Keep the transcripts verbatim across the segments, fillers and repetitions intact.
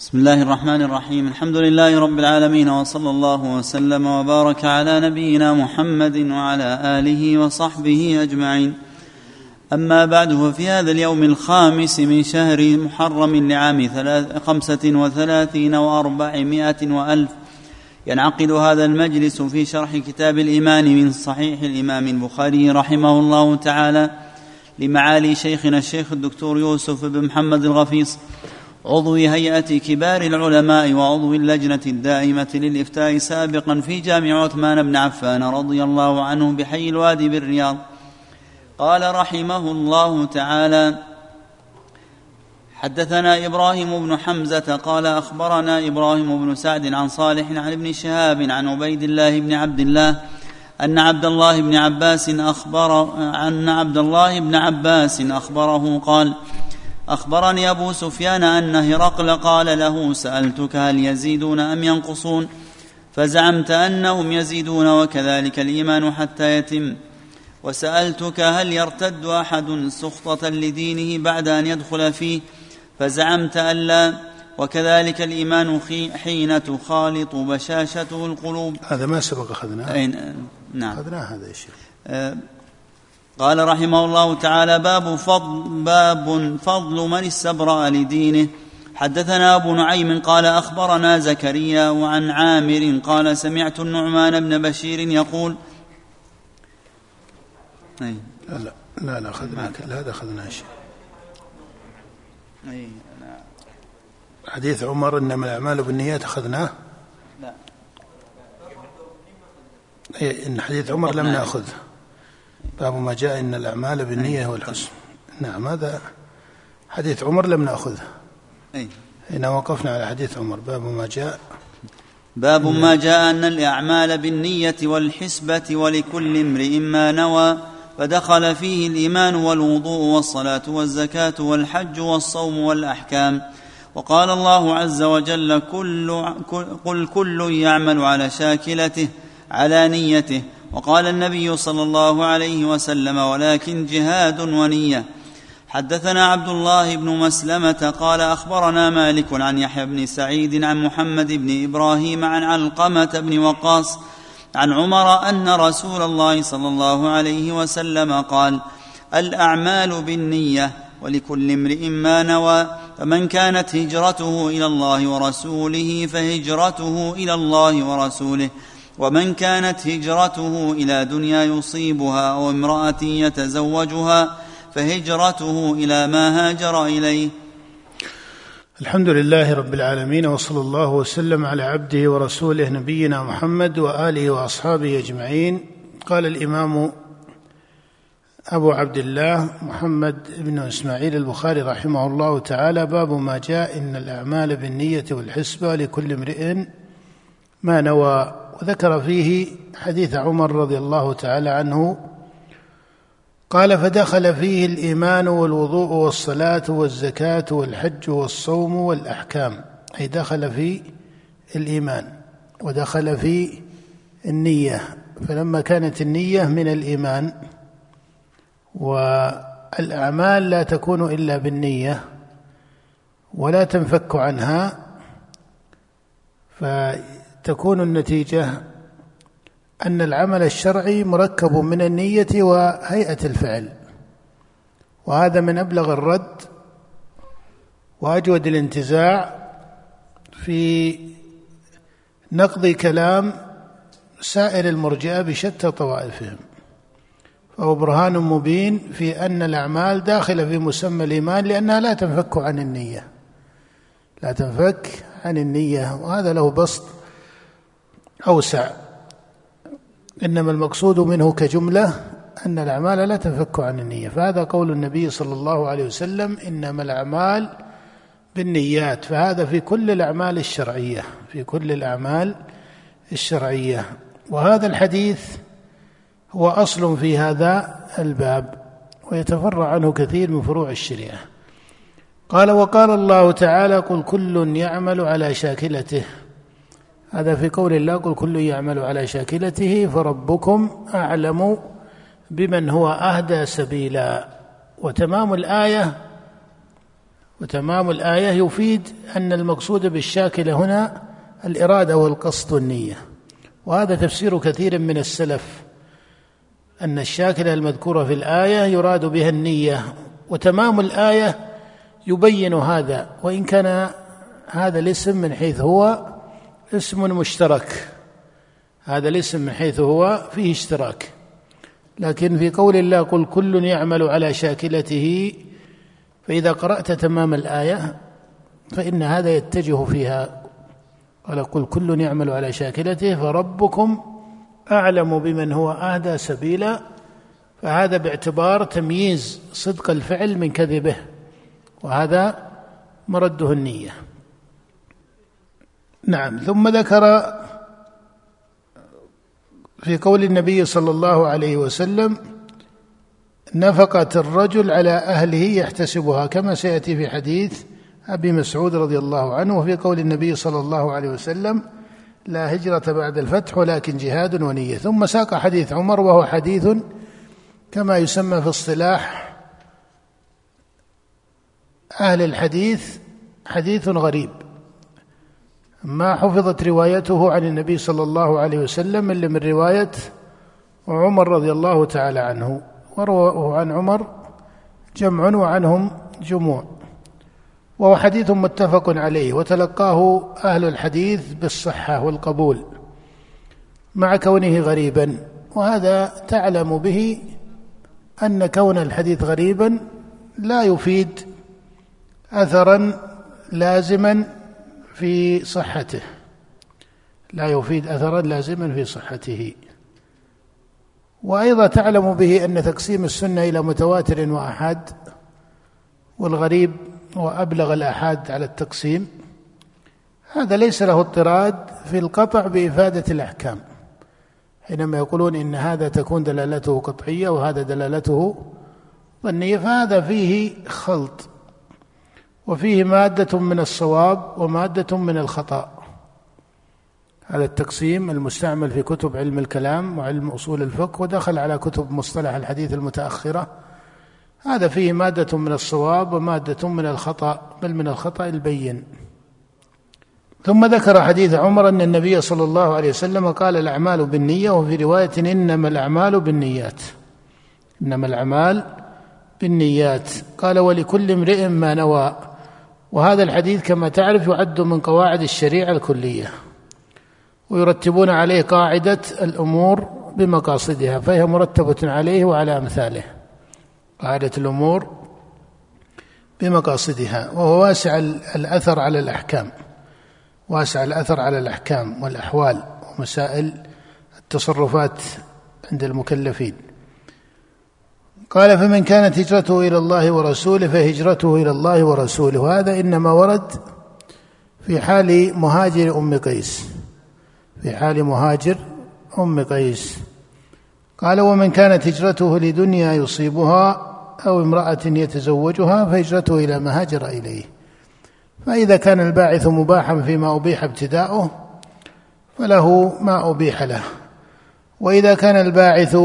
بسم الله الرحمن الرحيم. الحمد لله رب العالمين، وصلى الله وسلم وبارك على نبينا محمد وعلى آله وصحبه أجمعين. أما بعد، ففي هذا اليوم الخامس من شهر محرم لعام خمسة وثلاثين وأربعمائة وألف ينعقد هذا المجلس في شرح كتاب الإيمان من صحيح الإمام البخاري رحمه الله تعالى لمعالي شيخنا الشيخ الدكتور يوسف بن محمد الغفيص، عضو هيئة كبار العلماء وعضو اللجنة الدائمة للإفتاء سابقا في جامع عثمان بن عفان رضي الله عنه بحي الوادي بالرياض. قال رحمه الله تعالى: حدثنا إبراهيم بن حمزة قال أخبرنا إبراهيم بن سعد عن صالح عن ابن شهاب عن عبيد الله بن عبد الله أن عبد الله بن عباس أخبر أن عبد الله بن عباس أخبره قال: أخبرني أبو سفيان أن هرقل قال له: سألتك هل يزيدون أم ينقصون؟ فزعمت أنهم يزيدون وكذلك الإيمان حتى يتم. وسألتك هل يرتد أحد سخطة لدينه بعد أن يدخل فيه؟ فزعمت أن لا، وكذلك الإيمان حين تخالط بشاشته القلوب. هذا ما سبق أخذناه. نعم أخذناه هذا الشيء. أه قال رحمه الله تعالى: باب فضل, باب فضل من استبرأ لدينه. حدثنا أبو نعيم قال أخبرنا زكريا وعن عامر قال: سمعت النعمان بن بشير يقول أي. لا لا لا, لا أخذنا هذا أخذنا شيء. أي. حديث عمر إنما الأعمال بالنيات أخذناه. لا أي إن حديث عمر لم نأخذ. باب ما جاء إن الأعمال بالنية والحسن. نعم هذا حديث عمر لم نأخذه. أي. هنا وقفنا على حديث عمر. باب ما جاء باب ما جاء أن الأعمال بالنية والحسبة ولكل امرئ ما نوى، فدخل فيه الإيمان والوضوء والصلاة والزكاة والحج والصوم والأحكام. وقال الله عز وجل: كل قل كل يعمل على شاكلته على نيته. وقال النبي صلى الله عليه وسلم: ولكن جهاد ونية. حدثنا عبد الله بن مسلمة قال أخبرنا مالك عن يحيى بن سعيد عن محمد بن إبراهيم عن علقمة بن وقاص عن عمر أن رسول الله صلى الله عليه وسلم قال: الأعمال بالنية ولكل امرئ ما نوى، فمن كانت هجرته إلى الله ورسوله فهجرته إلى الله ورسوله، ومن كانت هجرته إلى دنيا يصيبها أو امرأة يتزوجها فهجرته إلى ما هاجر إليه. الحمد لله رب العالمين، وصلى الله وسلم على عبده ورسوله نبينا محمد وآله وأصحابه أجمعين. قال الإمام أبو عبد الله محمد بن إسماعيل البخاري رحمه الله تعالى: باب ما جاء إن الأعمال بالنية والحسبة لكل امرئ ما نوى. وذكر فيه حديث عمر رضي الله تعالى عنه قال: فدخل فيه الإيمان والوضوء والصلاة والزكاة والحج والصوم والأحكام، أي دخل في الإيمان ودخل في النية. فلما كانت النية من الإيمان والأعمال لا تكون إلا بالنية ولا تنفك عنها، فتكون النتيجة أن العمل الشرعي مركب من النية وهيئة الفعل. وهذا من أبلغ الرد وأجود الانتزاع في نقض كلام سائر المرجئة بشتى طوائفهم، فهو برهان مبين في أن الأعمال داخلة في مسمى الإيمان، لأنها لا تنفك عن النية لا تنفك عن النية وهذا له بسط أوسع. إنما المقصود منه كجملة أن الأعمال لا تنفك عن النية. فهذا قول النبي صلى الله عليه وسلم: إنما الأعمال بالنيات. فهذا في كل الأعمال الشرعية في كل الأعمال الشرعية. وهذا الحديث هو أصل في هذا الباب ويتفرع عنه كثير من فروع الشريعة. قال: وقال الله تعالى: قل كل يعمل على شاكلته. هذا في قول الله: قل كل يعمل على شاكلته فربكم أعلم بمن هو أهدى سبيلا. وتمام الآية وتمام الآية يفيد أن المقصود بالشاكلة هنا الإرادة والقصد والنية، وهذا تفسير كثير من السلف أن الشاكلة المذكورة في الآية يراد بها النية، وتمام الآية يبين هذا، وإن كان هذا الاسم من حيث هو اسم مشترك، هذا الاسم من حيث هو فيه اشتراك، لكن في قول الله قل كل يعمل على شاكلته، فإذا قرأت تمام الآية فإن هذا يتجه فيها. قال قل كل يعمل على شاكلته فربكم أعلم بمن هو أهدى سبيلا، فهذا باعتبار تمييز صدق الفعل من كذبه، وهذا مرده النية. نعم. ثم ذكر في قول النبي صلى الله عليه وسلم نفقة الرجل على أهله يحتسبها، كما سيأتي في حديث أبي مسعود رضي الله عنه، وفي قول النبي صلى الله عليه وسلم لا هجرة بعد الفتح ولكن جهاد ونية. ثم ساق حديث عمر، وهو حديث كما يسمى في اصطلاح أهل الحديث حديث غريب، ما حفظت روايته عن النبي صلى الله عليه وسلم إلا من رواية عمر رضي الله تعالى عنه، ورواه عن عمر جمع وعنهم جموع، وهو حديث متفق عليه، وتلقاه أهل الحديث بالصحة والقبول مع كونه غريبا. وهذا تعلم به أن كون الحديث غريبا لا يفيد أثرا لازما في صحته، لا يفيد أثرا لازما في صحته. وأيضا تعلم به أن تقسيم السنة إلى متواتر وأحاد، والغريب وأبلغ الآحاد على التقسيم، هذا ليس له اضطراد في القطع بإفادة الأحكام، حينما يقولون إن هذا تكون دلالته قطعية وهذا دلالته ظنية، فهذا فيه خلط، وفيه مادة من الصواب ومادة من الخطأ. هذا التقسيم المستعمل في كتب علم الكلام وعلم أصول الفقه، ودخل على كتب مصطلح الحديث المتأخرة، هذا فيه مادة من الصواب ومادة من الخطأ، بل من الخطأ البين. ثم ذكر حديث عمر أن النبي صلى الله عليه وسلم قال الأعمال بالنية، وفي رواية إنما الأعمال بالنيات، إنما الأعمال بالنيات. قال ولكل امرئ ما نوى، وهذا الحديث كما تعرف يعد من قواعد الشريعة الكلية، ويرتبون عليه قاعدة الأمور بمقاصدها، فهي مرتبة عليه وعلى أمثاله، قاعدة الأمور بمقاصدها، وهو واسع الأثر على الأحكام، واسع الأثر على الأحكام والأحوال ومسائل التصرفات عند المكلفين. قال فمن كانت هجرته إلى الله ورسوله فهجرته إلى الله ورسوله، وهذا إنما ورد في حال مهاجر أم قيس، في حال مهاجر أم قيس. قال ومن كانت هجرته لدنيا يصيبها أو امرأة يتزوجها فهجرته إلى ما هاجر إليه. فإذا كان الباعث مباحا فيما أبيح ابتداؤه فله ما أبيح له، وإذا كان الباعث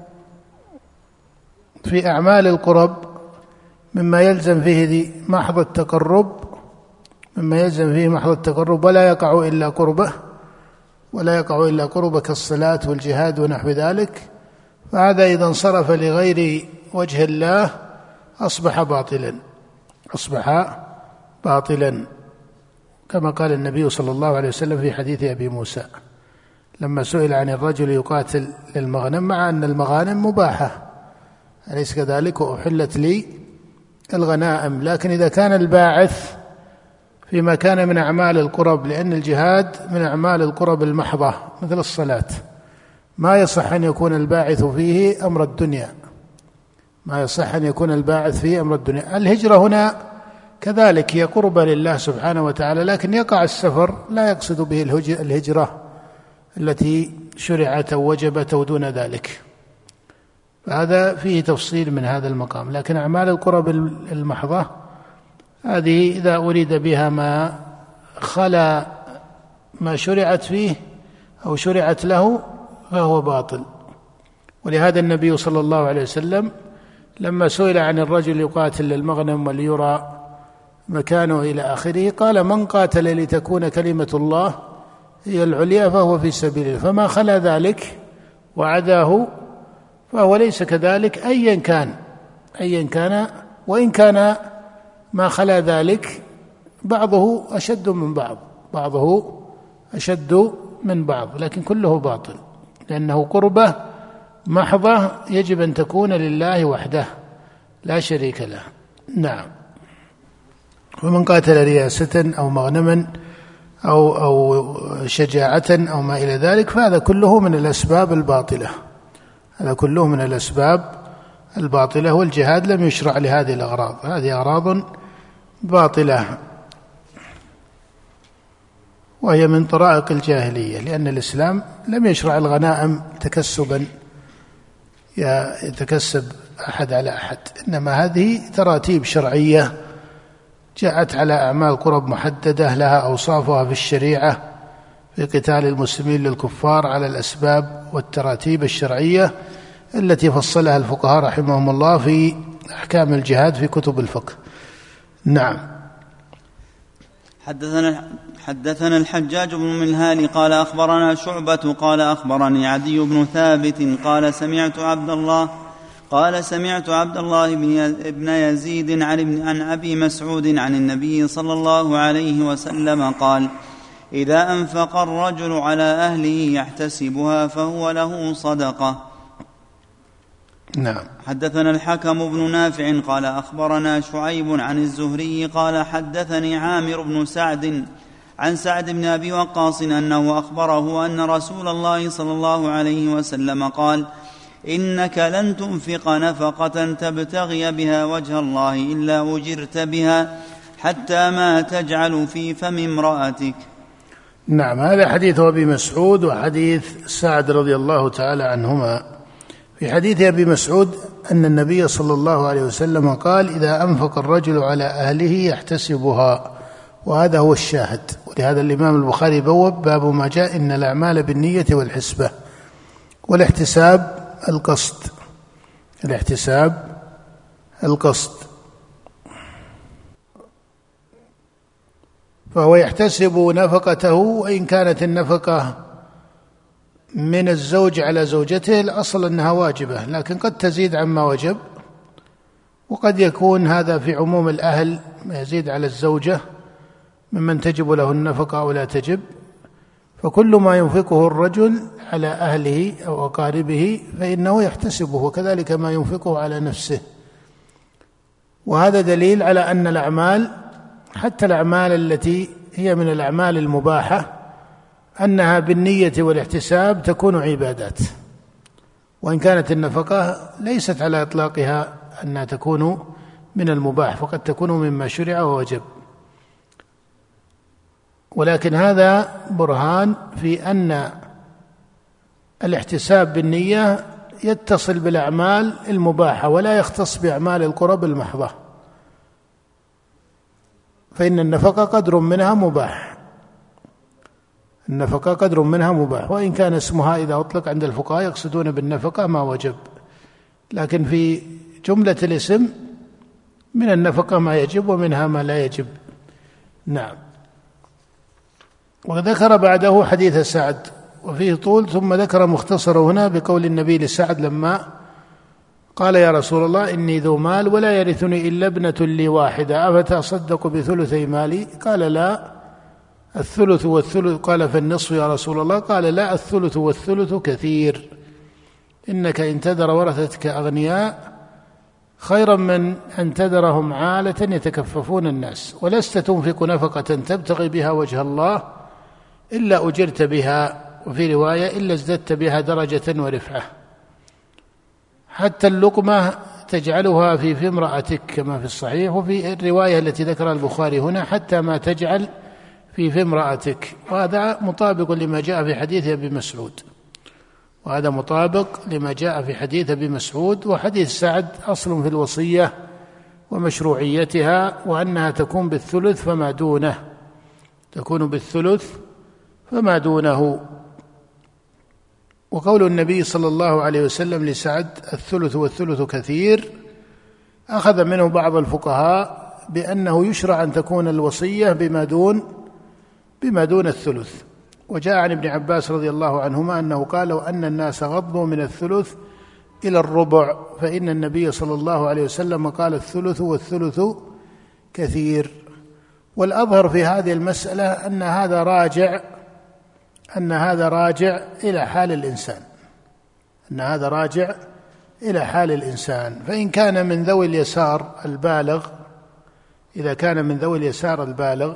في أعمال القرب مما يلزم فيه محض التقرب، مما يلزم فيه محض التقرب ولا يقع إلا قربه، ولا يقع إلا قربه كالصلاة والجهاد ونحو ذلك، فهذا إذا انصرف لغير وجه الله أصبح باطلا، أصبح باطلا، كما قال النبي صلى الله عليه وسلم في حديث أبي موسى لما سئل عن الرجل يقاتل للمغنم مع أن المغانم مباحة، أليس كذلك؟ وأحلت لي الغنائم. لكن إذا كان الباعث فيما كان من أعمال القرب، لأن الجهاد من أعمال القرب المحضة مثل الصلاة، ما يصح أن يكون الباعث فيه أمر الدنيا، ما يصح أن يكون الباعث فيه أمر الدنيا. الهجرة هنا كذلك هي قربة لله سبحانه وتعالى، لكن يقع السفر لا يقصد به الهجرة التي شرعت أو وجبت أو دون ذلك، فهذا فيه تفصيل من هذا المقام. لكن أعمال القرب المحضة هذه إذا أريد بها ما خلا ما شرعت فيه أو شرعت له فهو باطل. ولهذا النبي صلى الله عليه وسلم لما سئل عن الرجل يقاتل للمغنم وليرى مكانه إلى آخره. قال: من قاتل لتكون كلمة الله هي العليا فهو في سبيل الله، فما خلا ذلك وعداه فهو ليس كذلك أيا كان أيا كان وإن كان ما خلا ذلك بعضه أشد من بعض بعضه أشد من بعض لكن كله باطل، لأنه قربة محضة يجب أن تكون لله وحده لا شريك له. نعم. ومن قاتل رياسة أو مغنما أو أو شجاعة أو ما إلى ذلك فهذا كله من الأسباب الباطلة هذا كله من الأسباب الباطلة والجهاد لم يشرع لهذه الأغراض، هذه أغراض باطلة وهي من طرائق الجاهلية، لأن الإسلام لم يشرع الغنائم تكسبا يتكسب أحد على أحد، إنما هذه تراتيب شرعية جاءت على أعمال قرب محددة لها أوصافها في الشريعة في قتال المسلمين للكفار على الأسباب والتراتيب الشرعية التي فصلها الفقهاء رحمهم الله في أحكام الجهاد في كتب الفقه. نعم. حدثنا حدثنا الحجاج بن منهال قال أخبرنا شعبة قال أخبرني عدي بن ثابت قال سمعت عبد الله قال سمعت عبد الله بن يزيد عن أبي مسعود عن النبي صلى الله عليه وسلم قال: إذا أنفق الرجل على أهله يحتسبها فهو له صدقة. نعم. حدثنا الحكم بن نافع قال أخبرنا شعيب عن الزهري قال حدثني عامر بن سعد عن سعد بن أبي وقاص أنه أخبره أن رسول الله صلى الله عليه وسلم قال: إنك لن تنفق نفقة تبتغي بها وجه الله إلا أجرت بها حتى ما تجعل في فم امرأتك. نعم. هذا حديث أبي مسعود وحديث سعد رضي الله تعالى عنهما. في حديث أبي مسعود أن النبي صلى الله عليه وسلم قال: إذا أنفق الرجل على أهله يحتسبها، وهذا هو الشاهد، ولهذا الإمام البخاري بوب باب ما جاء إن الأعمال بالنية والحسبة. والاحتساب القصد الاحتساب القصد فهو يحتسب نفقته، وإن كانت النفقة من الزوج على زوجته الأصل أنها واجبة، لكن قد تزيد عما وجب، وقد يكون هذا في عموم الأهل ما يزيد على الزوجة ممن تجب له النفقة أو لا تجب. فكل ما ينفقه الرجل على أهله أو أقاربه فإنه يحتسبه، وكذلك ما ينفقه على نفسه. وهذا دليل على أن الأعمال حتى الأعمال التي هي من الأعمال المباحة أنها بالنية والاحتساب تكون عبادات، وإن كانت النفقة ليست على إطلاقها أنها تكون من المباح، فقد تكون مما شرع ووجب. ولكن هذا برهان في أن الاحتساب بالنية يتصل بالأعمال المباحة ولا يختص بأعمال القرب المحضة، فإن النفقة قدر منها مباح النفقة قدر منها مباح وإن كان اسمها إذا أطلق عند الفقهاء يقصدون بالنفقة ما وجب، لكن في جملة الاسم من النفقة ما يجب ومنها ما لا يجب. نعم. وذكر بعده حديث سعد وفيه طول، ثم ذكر مختصر هنا بقول النبي لسعد لما قال: يا رسول الله إني ذو مال ولا يرثني إلا ابنة لي واحدة أفتصدق بثلثي مالي؟ قال: لا، الثلث والثلث. قال: فالنصف يا رسول الله؟ قال: لا، الثلث والثلث كثير، إنك إن تذر ورثتك أغنياء خيرا من أن تذرهم عالة يتكففون الناس، ولست تنفق نفقة تبتغي بها وجه الله إلا أجرت بها، وفي رواية إلا ازددت بها درجة ورفعة، حتى اللقمة تجعلها في في امرأتك كما في الصحيح، وفي الرواية التي ذكرها البخاري هنا حتى ما تجعل في في امرأتك. وهذا مطابق لما جاء في حديث أبي مسعود وهذا مطابق لما جاء في حديث أبي مسعود. وحديث سعد أصل في الوصية ومشروعيتها، وأنها تكون بالثلث فما دونه تكون بالثلث فما دونه. وقول النبي صلى الله عليه وسلم لسعد: الثلث والثلث كثير، أخذ منه بعض الفقهاء بأنه يشرع أن تكون الوصية بما دون بما دون الثلث. وجاء عن ابن عباس رضي الله عنهما أنه قال: لو أن الناس غضوا من الثلث إلى الربع فإن النبي صلى الله عليه وسلم قال: الثلث والثلث كثير. والأظهر في هذه المسألة أن هذا راجع أن هذا راجع إلى حال الإنسان أن هذا راجع إلى حال الإنسان فإن كان من ذوي اليسار البالغ إذا كان من ذوي اليسار البالغ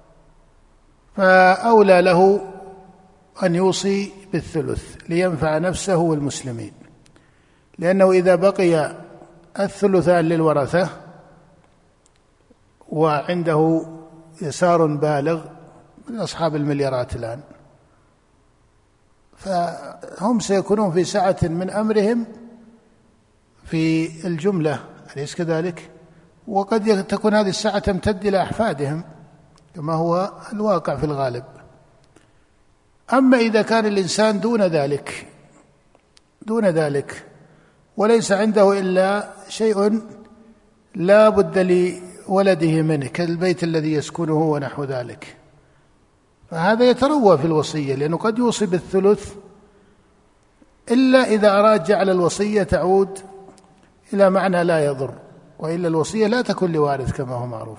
فأولى له أن يوصي بالثلث لينفع نفسه والمسلمين، لأنه إذا بقي الثلثان للورثة وعنده يسار بالغ من أصحاب المليارات الآن، فهم سيكونون في سعة من أمرهم في الجملة، أليس كذلك؟ وقد تكون هذه السعة تمتد إلى أحفادهم كما هو الواقع في الغالب. أما إذا كان الإنسان دون ذلك دون ذلك وليس عنده إلا شيء لا بد لولده منه كالبيت الذي يسكنه ونحو ذلك، فهذا يتروى في الوصية، لأنه قد يوصي بالثلث إلا إذا أراد جعل الوصية تعود إلى معنى لا يضر، وإلا الوصية لا تكون لوارث كما هو معروف،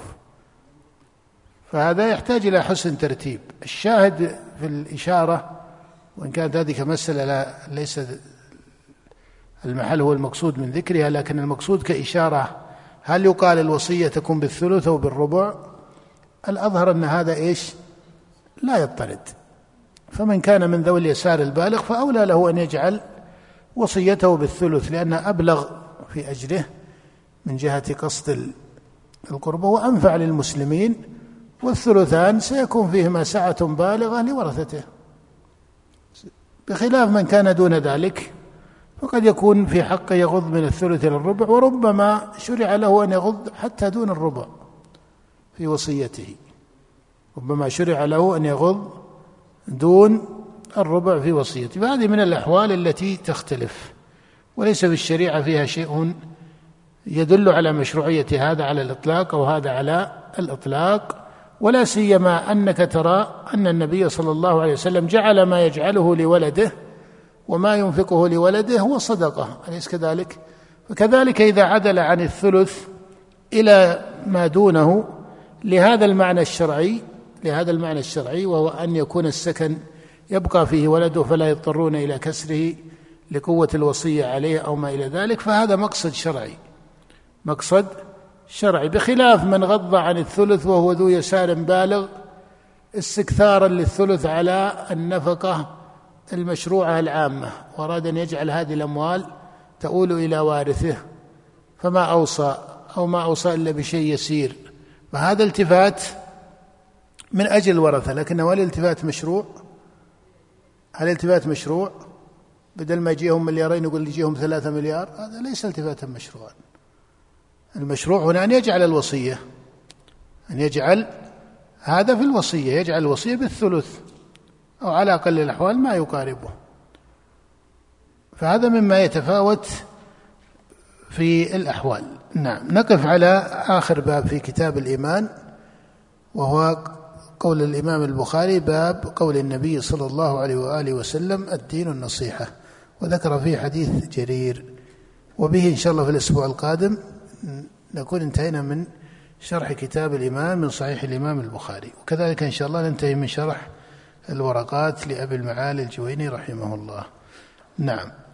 فهذا يحتاج إلى حسن ترتيب. الشاهد في الإشارة، وإن كانت هذه مسألة لا ليس المحل هو المقصود من ذكرها، لكن المقصود كإشارة، هل يقال الوصية تكون بالثلث أو بالربع؟ الأظهر أن هذا إيش لا يضطرد، فمن كان من ذوي اليسار البالغ فأولى له أن يجعل وصيته بالثلث، لأنه أبلغ في أجره من جهة قصد القربة وأنفع للمسلمين، والثلثان سيكون فيهما سعة بالغة لورثته، بخلاف من كان دون ذلك فقد يكون في حقه يغض من الثلث إلى الربع، وربما شرع له أن يغض حتى دون الربع في وصيته، ربما شرع له أن يغض دون الربع في وصيته. فهذه من الأحوال التي تختلف، وليس في الشريعة فيها شيء يدل على مشروعية هذا على الإطلاق أو هذا على الإطلاق، ولا سيما أنك ترى أن النبي صلى الله عليه وسلم جعل ما يجعله لولده وما ينفقه لولده هو صدقة، أليس كذلك؟ فكذلك إذا عدل عن الثلث إلى ما دونه لهذا المعنى الشرعي لهذا المعنى الشرعي وهو أن يكون السكن يبقى فيه ولده فلا يضطرون إلى كسره لقوة الوصية عليه أو ما إلى ذلك، فهذا مقصد شرعي مقصد شرعي، بخلاف من غض عن الثلث وهو ذو يسار بالغ استكثارا للثلث على النفقة المشروعة العامة، وأراد أن يجعل هذه الأموال تؤول إلى وارثه فما أوصى أو ما أوصى إلا بشيء يسير، فهذا التفات من أجل الورثة. لكن هل الالتفات مشروع؟ هل الالتفات مشروع؟ بدل ما يجيهم مليارين يقول يجيهم ثلاثة مليار، هذا ليس التفاتا مشروعا. المشروع هنا أن يجعل الوصية أن يجعل هذا في الوصية يجعل الوصية بالثلث أو على أقل الأحوال ما يقاربه، فهذا مما يتفاوت في الأحوال. نعم، نقف على آخر باب في كتاب الإيمان، وهو قول الإمام البخاري: باب قول النبي صلى الله عليه وآله وسلم: الدين النصيحة، وذكر فيه حديث جرير. وبه إن شاء الله في الأسبوع القادم نكون انتهينا من شرح كتاب الإيمان من صحيح الإمام البخاري، وكذلك إن شاء الله ننتهي من شرح الورقات لأبي المعالي الجويني رحمه الله. نعم.